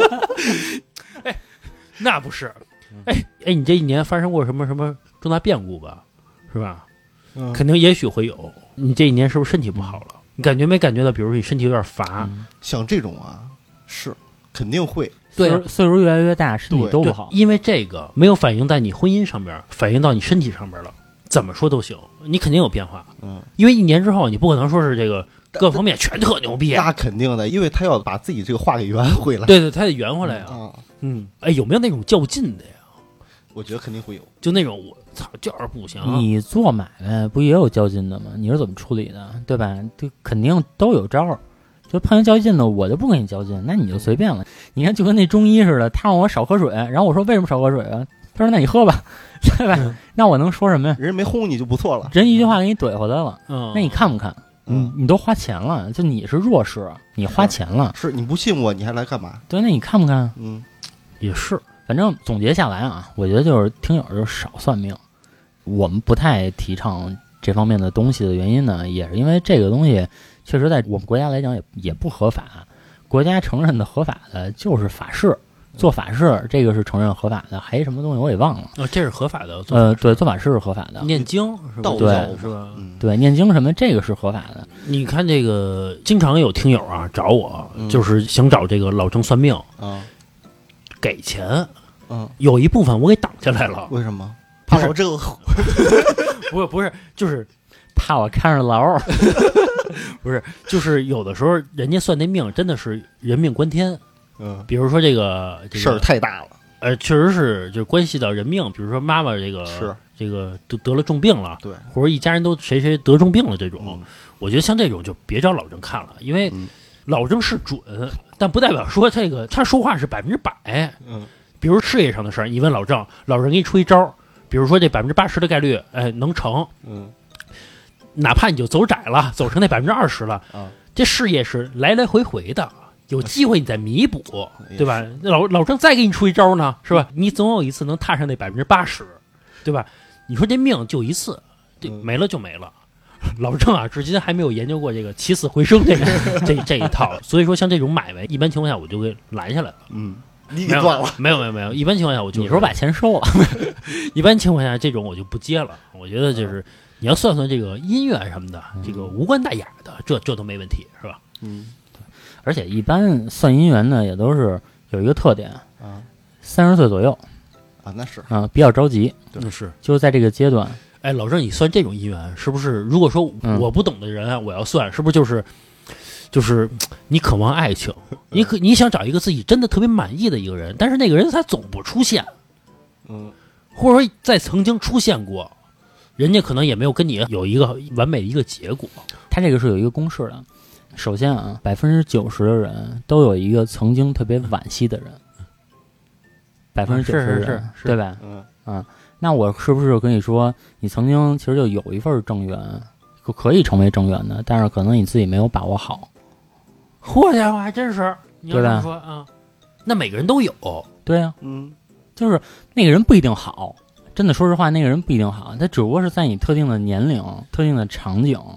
那不是，哎哎，你这一年发生过什么什么重大变故吧？是吧？ 嗯肯定也许会有。你这一年是不是身体不好了？你感觉没感觉到？比如说你身体有点乏， 嗯像这种啊，是肯定会。 对啊岁数岁数越来越大，身体对对都不好。 因为这个没有反映在你婚姻上边，反映到你身体上边了。怎么说都行，你肯定有变化。 嗯， 因为一年之后，你不可能说是这个各方面全特牛逼。 那肯定的，因为他要把自己这个话给圆回来。 对对，他得圆回来啊。 啊， 嗯，哎，有没有那种较劲的呀？ 我觉得肯定会有。 就那种我操，就是不行。 你做买卖不也有较劲的吗？你是怎么处理的，对吧？这肯定都有招儿。就碰见较劲的，我就不跟你较劲，那你就随便了。你看，就跟那中医似的，他让我少喝水，然后我说为什么少喝水啊？他说那你喝吧，对吧？ 嗯那我能说什么呀？ 人没轰你就不错了。 人一句话给你怼回来了， 嗯， 那你看不看？你嗯， 你都花钱了，就你是弱势，你花钱了， 是你不信我，你还来干嘛？ 对，那你看不看？ 嗯也是。 反正总结下来啊，我觉得就是听友就是少算命。我们不太提倡这方面的东西的原因呢，也是因为这个东西确实在我们国家来讲也也不合法。国家承认的合法的就是法事，做法事这个是承认合法的，还有什么东西我也忘了。 哦，这是合法的。 呃，对，做法事是合法的。 念经是吧？ 道对是吧？ 嗯， 对，念经什么这个是合法的。 你看这个，经常有听友啊找我， 嗯就是想找这个老郑算命， 啊给钱， 嗯， 有一部分我给挡下来了。 为什么？ 不是怕老这个不是不是，就是怕我看着牢。 不是就是有的时候人家算那命真的是人命关天， 嗯比如说这个这个事儿太大了。 呃，确实是就关系到人命，比如说妈妈这个是这个得得了重病了， 对， 或者一家人都谁谁得重病了这种， 嗯我觉得像这种就别找老郑看了，因为嗯老郑是准，但不代表说这个他说话是百分之百。 嗯比如事业上的事儿，你问老郑，老郑给你出一招，比如说这百分之八十的概率，哎，能成， 嗯哪怕你就走窄了，走成那百分之二十了， 啊， 这事业是来来回回的，有机会你再弥补， 也对吧？老老郑再给你出一招呢，是吧？你总有一次能踏上那百分之八十，对吧？你说这命就一次，这嗯没了就没了。老郑啊，至今还没有研究过这个起死回生这个这这一套，所以说像这种买卖，一般情况下我就给拦下来了。 嗯，你没有给断了。 没有没有没有，一般情况下我就你是不是把钱收了？ 一般情况下这种我就不接了。我觉得就是你要算算这个姻缘什么的，这个无关大雅的，这这都没问题，是吧？ 嗯而且一般算姻缘呢，也都是有一个特点， 啊三十岁左右啊，那是啊，比较着急， 对那是。 就是在这个阶段。 哎，老郑，你算这种姻缘是不是？如果说嗯我不懂的人啊，我要算，是不是就是就是你渴望爱情，你可你想找一个自己真的特别满意的一个人，但是那个人他总不出现， 嗯或者说在曾经出现过，人家可能也没有跟你有一个完美的一个结果。 它这个是有一个公式的。首先啊，百分之九十的人都有一个曾经特别惋惜的人，百分之九十的人， 是是是对吧？ 嗯那我是不是跟你说，你曾经其实就有一份正缘，可可以成为正缘的，但是可能你自己没有把握好。 嚯家伙，还真是，你要对吧这么说啊，那每个人都有。 对啊， 嗯就是那个人不一定好，真的说实话，那个人不一定好，他只不过是在你特定的年龄、特定的场景，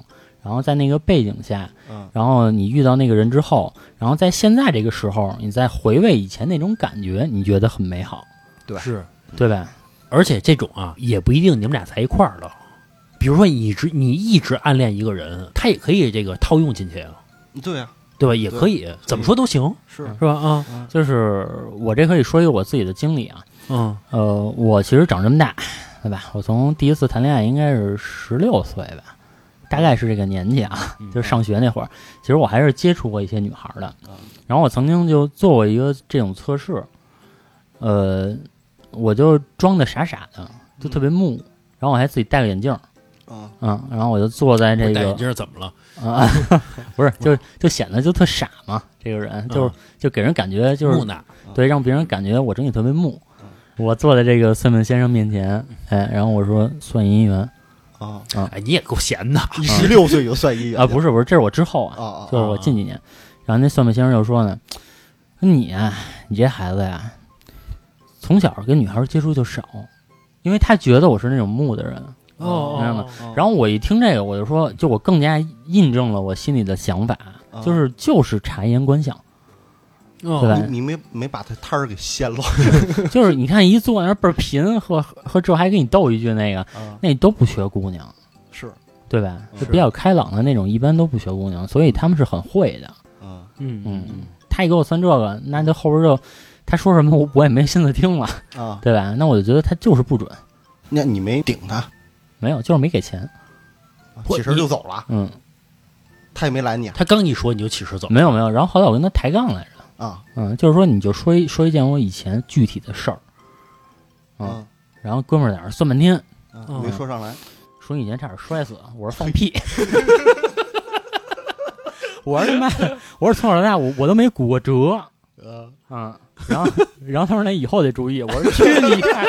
然后在那个背景下， 嗯然后你遇到那个人之后，然后在现在这个时候，你再回味以前那种感觉，你觉得很美好， 对是， 对吧？ 而且这种啊，也不一定你们俩在一块儿了。比如说你一直你一直暗恋一个人，他也可以这个套用进去啊， 对呀， 对吧？也可以，怎么说都行， 是是吧？啊， 就是我这可以说一个我自己的经历啊， 嗯呃，我其实长这么大，对吧？我从第一次谈恋爱应该是十六岁吧，大概是这个年纪啊，就是上学那会儿，其实我还是接触过一些女孩的。然后我曾经就做过一个这种测试，呃，我就装的傻傻的，就特别木，然后我还自己戴个眼镜， 嗯嗯，然后我就坐在这个戴眼镜怎么了？ 啊，不是，就就显得就特傻嘛，这个人就是就给人感觉就是木讷， 对，让别人感觉我整体特别木。我坐在这个算命先生面前，哎，然后我说算姻缘啊哎，你也够闲的， 你十六岁就算一啊，不是不是，这是我之后啊， 啊啊， 就是我近几年。然后那算命先生就说呢，你啊，你这孩子呀，从小跟女孩接触就少，因为他觉得我是那种木的人。 哦明白吗？然后我一听这个，我就说，就我更加印证了我心里的想法，就是就是察言观象， 哦对吧？ 你你没没把他摊儿给掀了就是你看一坐那儿倍儿贫，和和这还给你逗一句那个， 啊？ 那都不学姑娘， 是， 对吧？ 是就比较开朗的那种，一般都不学姑娘，所以他们是很会的。 嗯嗯嗯，他一给我算这个，那就后边就他说什么我我也没心思听了， 啊， 对吧？那我就觉得他就是不准， 那你没顶他， 没有，就是没给钱。 我起身就走了， 嗯， 他也没拦你他刚一说你就起身走， 没有没有。然后后来我跟他抬杠来着， 啊， 嗯，就是说你就说一说一件我以前具体的事儿，嗯， 嗯， 然后哥们儿在那儿算半天， 啊嗯没说上来， 说以前差点摔死，我说放屁。我说他妈的，我说从小到大我我都没骨过折， 呃， 嗯，然后然后他说那以后得注意，我说去你看，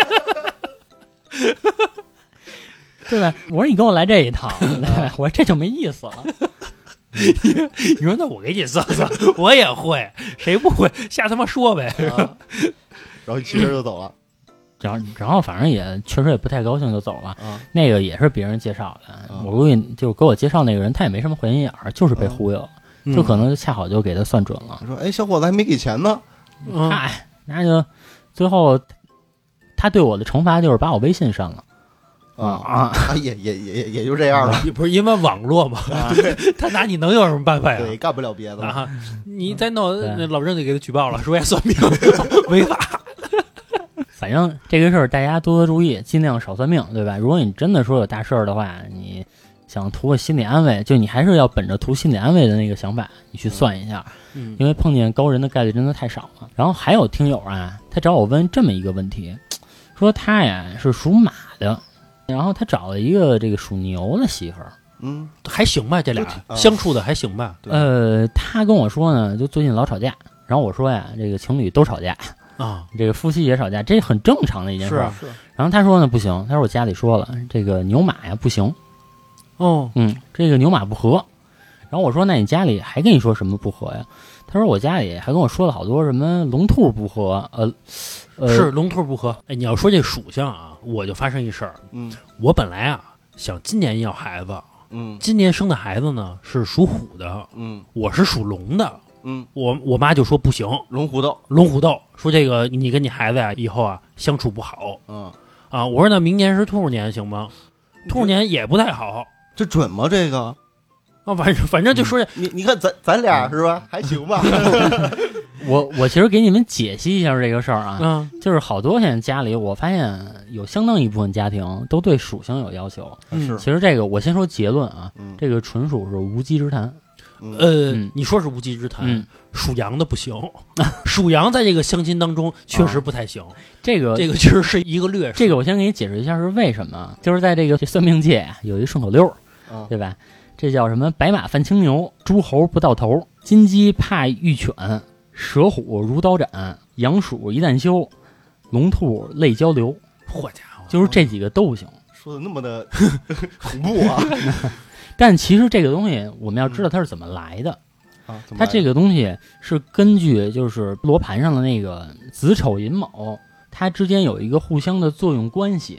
对吧？我说你跟我来这一套，对吧？我说这就没意思了。 你说那我给你算算，我也会，谁不会？下他妈说呗。 啊然后起身就走了， 然后然后反正也确实也不太高兴就走了。 啊那个也是别人介绍的， 啊我估计就给我介绍那个人他也没什么坏心眼儿，就是被忽悠了， 嗯就可能恰好就给他算准了。 他说，哎，小伙子还没给钱呢， 嗯嗨，那就最后他对我的惩罚就是把我微信删了。 啊啊啊，也也也也也就这样了， 不是因为网络嘛，他拿你能有什么办法对， 呀？ 干不了别的了， 啊，你再弄， 对那老郑就给他举报了，说也算命违法。 反正这个事儿大家多多注意，尽量少算命，对吧？如果你真的说有大事儿的话，你想图个心理安慰，就你还是要本着图心理安慰的那个想法，你去算一下， 嗯因为碰见高人的概率真的太少了。然后还有听友啊，他找我问这么一个问题，说他呀是属马的，然后他找了一个这个属牛的媳妇儿。 嗯， 还行吧，这俩啊相处的还行吧。 对呃，他跟我说呢，就最近老吵架，然后我说呀，这个情侣都吵架， 啊， 这个夫妻也吵架，这很正常的一件事儿。 是， 然后他说呢，不行，他说我家里说了，这个牛马呀不行， 哦， 嗯，这个牛马不合。然后我说，那你家里还跟你说什么不合呀？他说我家里还跟我说了好多什么龙兔不合，呃，呃是龙兔不合。哎，你要说这属相啊，我就发生一事儿。 嗯我本来啊想今年要孩子， 嗯今年生的孩子呢是属虎的， 嗯我是属龙的。 嗯， 我我妈就说不行， 龙虎斗， 龙虎斗，说这个你跟你孩子呀以后啊相处不好嗯， 啊。我说那明年是兔年行吗？兔年也不太好这准吗？这个， 啊，反正反正就说这你你看咱咱俩是吧，还行吧， 我我其实给你们解析一下这个事儿啊， 嗯就是好多现在家里，我发现有相当一部分家庭都对属相有要求。 嗯是， 其实这个我先说结论啊， 嗯这个纯属是无稽之谈。 嗯呃， 嗯你说是无稽之谈， 嗯， 属羊的不行，属羊在这个相亲当中确实不太行， 这个这个其实是一个劣势。 这个我先给你解释一下是为什么，就是在这个算命界啊有一顺口溜儿， 啊对吧？这叫什么？白马犯青牛，诸猴不到头，金鸡怕玉犬，蛇虎如刀斩，羊鼠一旦休，龙兔泪交流。 嚯家伙， 就是这几个都不行。 说的那么的恐怖啊但其实这个东西我们要知道它是怎么来的。 啊！怎么它来这个东西是根据就是罗盘上的那个子丑寅卯，它之间有一个互相的作用关系。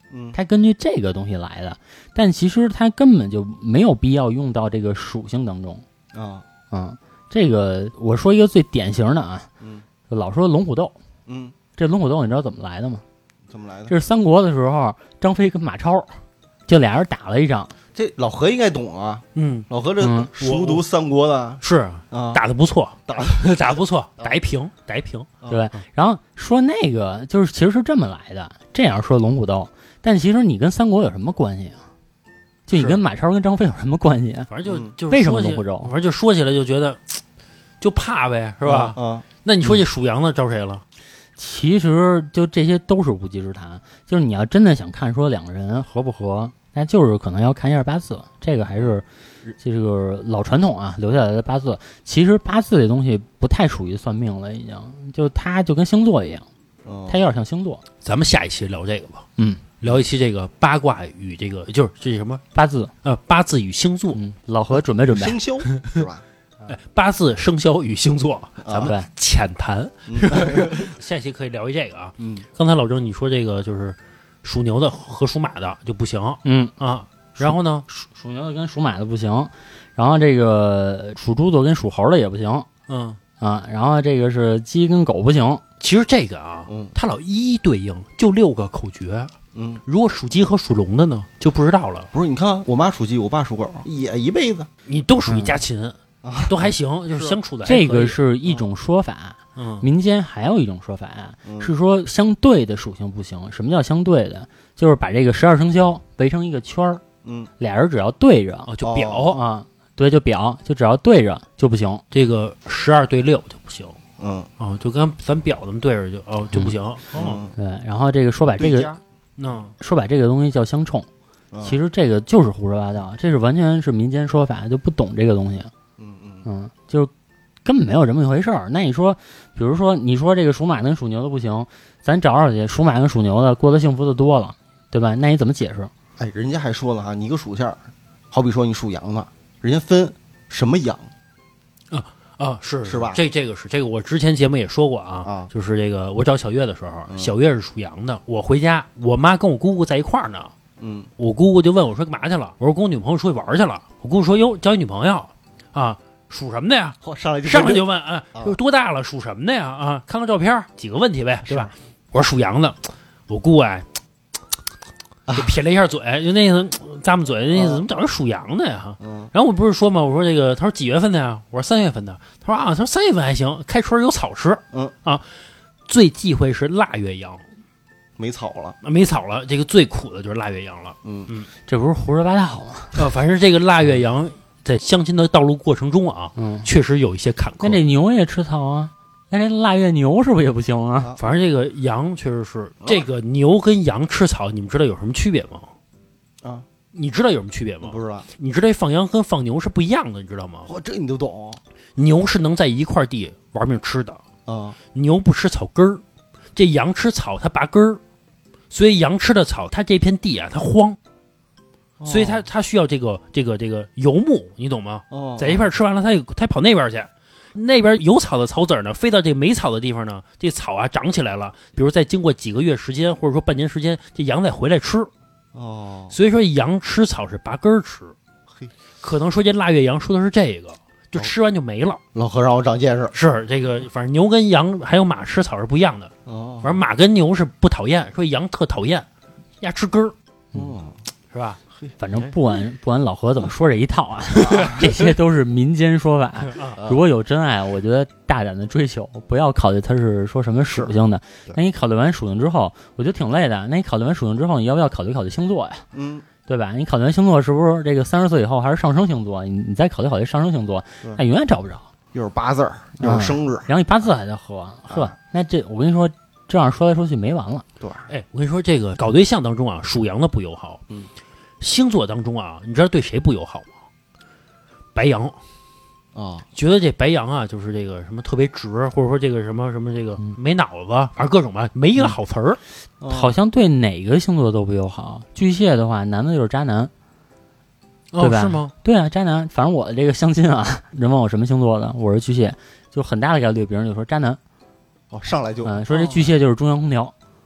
嗯， 它根据这个东西来的，但其实它根本就没有必要用到这个属性当中啊， 嗯，这个我说一个最典型的啊， 嗯， 老说龙虎斗， 嗯， 这龙虎斗你知道怎么来的吗？ 怎么来的？ 这是三国的时候，张飞跟马超就俩人打了一仗。 这老何应该懂啊， 嗯， 老何这嗯熟读三国的是啊， 打的不错， 打打的不错，打一平，打一平。 啊对，然后说那个就是其实是这么来的，这样说龙虎斗，但其实你跟三国有什么关系啊？就你是跟马超跟张飞有什么关系啊？ 反正就嗯就为什么说起龙虎斗反正就说起来就觉得就怕呗，是吧？ 啊， 那你说这属羊的招谁了？ 其实就这些都是无稽之谈，就是你要真的想看说两个人合不合，那就是可能要看一下八字，这个还是这个老传统啊留下来的八字。其实八字这东西不太属于算命了，已经就它就跟星座一样， 哦它有点像星座。 咱们下一期聊这个吧， 嗯， 聊一期这个八卦与这个就是这什么八字， 呃八字与星座， 嗯，老何准备准备， 生肖是吧？ 哎，八字生肖与星座，咱们对， 浅谈。 嗯下一期可以聊一这个啊。 嗯刚才老郑你说这个就是属牛的和属马的就不行嗯， 啊，然后呢， 属属牛的跟属马的不行，然后这个属猪的跟属猴的也不行嗯， 啊，然后这个是鸡跟狗不行， 其实这个啊， 嗯它老一一对应，就六个口诀。 嗯， 如果属鸡和属龙的呢，就不知道了。 不是，你看我妈属鸡，我爸属狗，也一辈子你都属于家禽， 啊， 都还行，就是相处的还这可以个是一种说法。 嗯民间还有一种说法啊， 嗯是说相对的属性不行。什么叫相对的？就是把这个十二生肖围成一个圈儿， 嗯俩人只要对着哦，就表、 啊，对，就表，就只要对着就不行。 这个十二对六就不行嗯啊，就跟咱表咱们对着就哦就不行。哦， 嗯， 对，然后这个说把这个对家那说把这个东西叫相冲， 嗯其实这个就是胡说八道，这是完全是民间说法，就不懂这个东西。 嗯嗯嗯，就是根本没有这么一回事儿。那你说，比如说你说这个属马跟属牛的不行，咱找找去，属马跟属牛的过得幸福的多了，对吧？那你怎么解释？ 哎，人家还说了哈，你一个属相，好比说你属羊的，人家分什么羊啊是是吧这这个是这个我之前节目也说过啊， 啊就是这个我找小月的时候， 嗯小月是属羊的，我回家，我妈跟我姑姑在一块儿呢。 嗯我姑姑就问我说干嘛去了？我说跟我女朋友出去玩去了。我姑姑说哟，交一女朋友啊，属什么的呀？ 嚯，上来就上来就问，哎， 啊说多大了？属什么的呀？啊，看看照片，几个问题呗，对吧？我说属羊的，我姑哎，就撇了一下嘴，就那个咂巴嘴，那意思怎么找人属羊的呀？ 嗯然后我不是说嘛，我说这个，他说几月份的呀？我说三月份的。他说啊，他说三月份还行，开春有草吃。 嗯啊，最忌讳是腊月羊， 没草了， 没草了，这个最苦的就是腊月羊了。 嗯这不是胡说八道吗？ 啊，反正这个腊月羊在相亲的道路过程中啊， 嗯， 确实有一些坎坷。 那这牛也吃草啊，那这腊月牛是不是也不行啊？ 啊反正这个羊确实是，这个牛跟羊吃草，你们知道有什么区别吗？ 啊， 你知道有什么区别吗？ 不知道， 你知道放羊跟放牛是不一样的，你知道吗？ 嚯，这你都懂牛是能在一块地玩命吃的， 啊？ 牛不吃草根儿，这羊吃草它拔根儿，所以羊吃的草，它这片地啊它荒，所以它它需要这个这个这个游牧，你懂吗？ 哦， 在一块儿吃完了，它它跑那边去，那边有草的草籽儿呢，飞到这没草的地方呢，这草啊长起来了。比如再经过几个月时间，或者说半年时间，这羊再回来吃。 哦， 所以说羊吃草是拔根儿吃。 嘿， 可能说这腊月羊说的是这个，就吃完就没了。 老何让我长见识是这个，反正牛跟羊还有马吃草是不一样的。 哦反正马跟牛是不讨厌，说羊特讨厌，呀吃根儿哦， 是吧？ 反正不管不管老何怎么说这一套啊，这些都是民间说法。 啊， 如果有真爱，我觉得大胆的追求，不要考虑它是说什么属性的对。 那你考虑完属性之后，我觉得挺累的。那你考虑完属性之后，你要不要考虑考虑星座呀？ 嗯， 对吧？你考虑完星座是不是这个三十岁以后还是上升星座？你你再考虑考虑上升星座对， 那永远找不着。 又是八字儿，又是生日， 然后你八字还在喝，呵，那这我跟你说，这样说来说去没完了。 对， 哎，我跟你说，这个搞对象当中啊，属羊的不友好。 嗯， 星座当中啊，你知道对谁不友好吗？白羊。 啊， 觉得这白羊啊，就是这个什么特别直，或者说这个什么什么这个嗯没脑子，反正各种吧，没一个好词儿。 哦好像对哪个星座都不友好。巨蟹的话，男的就是渣男， 哦对吧是吗？ 对啊，渣男。反正我的这个相亲啊，人问我什么星座的，我是巨蟹，就很大的概率别人就说渣男， 哦，上来就嗯、说这巨蟹就是中央空调，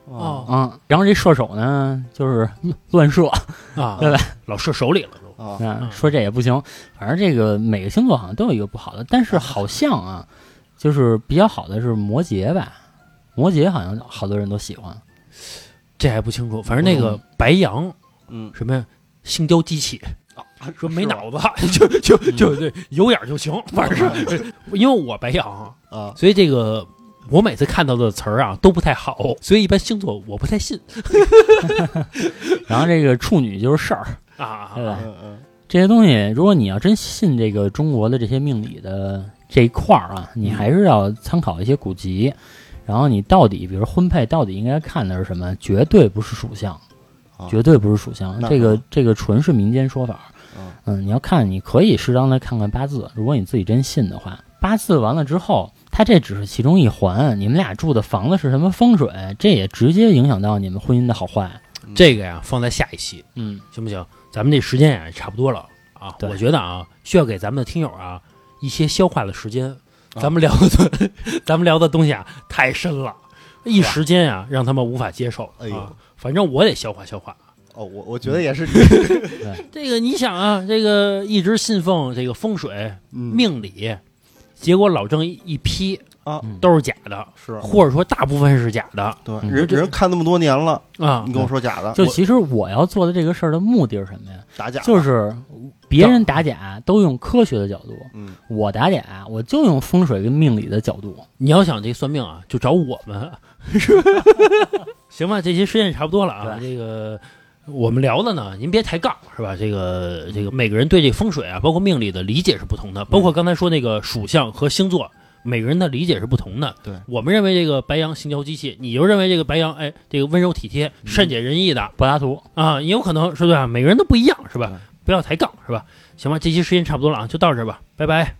哦嗯，然后这射手呢就是乱射啊， 对吧？ 老射手里了都。 啊， 嗯，说这也不行，反正这个每个星座好像都有一个不好的，但是好像啊，就是比较好的是摩羯吧，摩羯好像好多人都喜欢。 这还不清楚，反正那个白羊， 嗯， 什么呀，性交机器，说没是吧脑子，就就就对，有眼就行，反正是，因为我白羊啊， 所以这个我每次看到的词儿啊都不太好，所以一般星座我不太信然后这个处女就是事儿， 啊， 对吧？ 嗯嗯这些东西，如果你要真信这个中国的这些命理的这一块儿啊，你还是要参考一些古籍，然后你到底，比如婚配到底应该看的是什么？绝对不是属相， 啊绝对不是属相， 那这个好这个纯是民间说法。 嗯嗯，你要看，你可以适当的看看八字，如果你自己真信的话，八字完了之后，它这只是其中一环，你们俩住的房子是什么风水，这也直接影响到你们婚姻的好坏。 这个呀放在下一期， 嗯， 行不行？咱们这时间也差不多了啊， 对我觉得啊，需要给咱们的听友啊一些消化的时间。 啊咱们聊的，咱们聊的东西啊太深了，一时间啊让他们无法接受。 哎呦啊，反正我得消化消化。 哦，我我觉得也是， 这个你想啊，这个一直信奉这个风水、 嗯命理，结果老郑一批啊， 都是假的， 是或者说大部分是假的对， 嗯人人看那么多年了， 啊你。跟我说假的， 就其实我要做的这个事儿的目的是什么呀？ 打假， 就是别人打假都用科学的角度， 嗯我打假我就用风水跟命理的角度。 你要想这算命啊，就找我们，是吧？行吧，这期时间也差不多了啊。 对这个我们聊的呢，您别抬杠，是吧？这个这个每个人对这个风水啊，包括命理的理解是不同的，包括刚才说那个属相和星座。每个人的理解是不同的， 对我们认为这个白羊性交机器，你就认为这个白羊，哎，这个温柔体贴、善解人意的柏拉图， 啊，也有可能是对吧？每个人都不一样，是吧对？ 不要抬杠，是吧？行吧，这期时间差不多了啊，就到这儿吧，拜拜。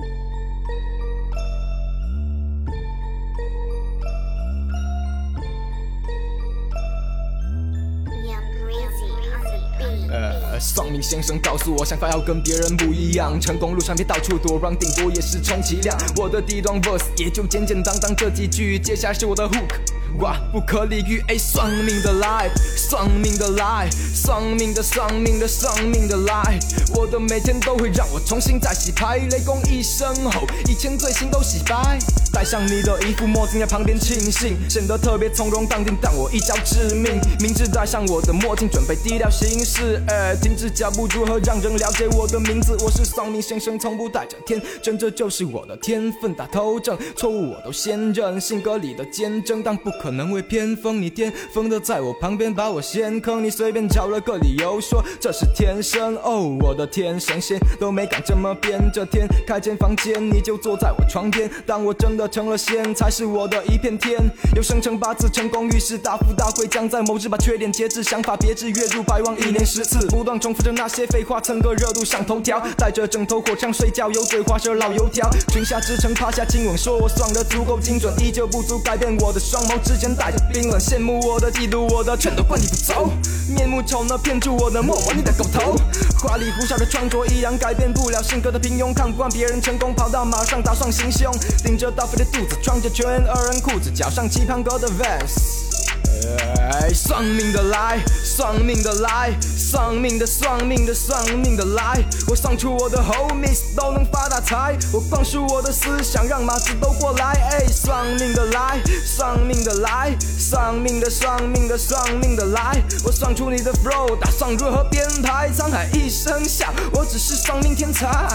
呃，算命先生告诉我，想法要跟别人不一样，成功路上别到处躲让，顶多也是充其量。我的第一段 verse 也就简简单单这几句，接下来是我的 hook。哇，不可理喻！哎，算命的来，算命的来，算命的算命的算命的来，我的每天都会让我重新再洗牌，雷公一声吼，以前罪行都洗白。戴上你的衣服，墨镜在旁边庆幸，显得特别从容淡定，但我一招致命。明知戴上我的墨镜，准备低调行事，哎，停止脚步，如何让人了解我的名字？我是算命先生，从不带着天真，这就是我的天分。打头阵，错误我都先认，性格里的坚贞，但不可能会偏锋。你巅峰的在我旁边，把我陷坑，你随便找了个理由说这是天生。哦，我的天神仙都没敢这么编。这天开间房间，你就坐在我床边，当我真的成了仙，才是我的一片天。有生辰八字成功，于是大富大贵，将在某日把缺点节制，想法别致，月入百万，一年十次，不断重复着那些废话，蹭个热度上头条，带着枕头火枪睡觉，油嘴滑舌老油条，裙下支撑趴下亲吻，说我算得足够精准，依旧不足改变我的双眸之间带着冰冷，羡慕我的嫉妒我的全都怪你不走，面目丑呢骗住我的默默你的狗头，花里胡哨的穿着依然改变不了性格的平庸，看不惯别人成功跑到马上打算行凶，顶着大肥的肚子穿着全二人裤子，脚上棋盘格的 Vans。哎，算命的来，算命的来，算命的算命的算命的来，我算出我的 homies 都能发大财，我灌输我的思想，让马子都过来。哎，算命的来，算命的来，算命的算命的算命的来，我算出你的 flow， 打算如何编排，沧海一声笑，我只是算命天才。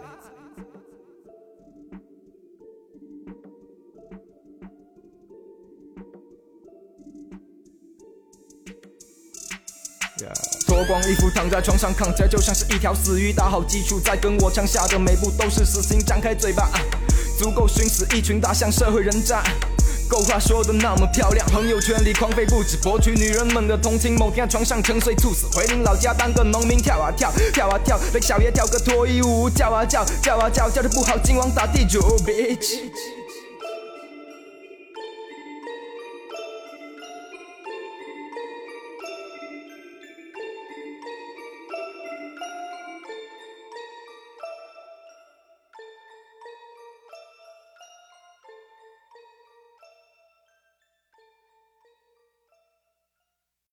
脱光衣服躺在床上，看起来就像是一条死鱼，打好基础再跟我枪下的每步都是死刑，张开嘴巴、啊、足够熏死一群大象，社会人渣够话说的那么漂亮，朋友圈里狂吠不止，博取女人们的同情。某天在床上沉睡猝死，回邻老家当个农民，跳啊跳，跳啊跳，雷小爷跳个脱衣舞，叫啊叫，叫啊叫，叫得不好今晚打地主 bitch。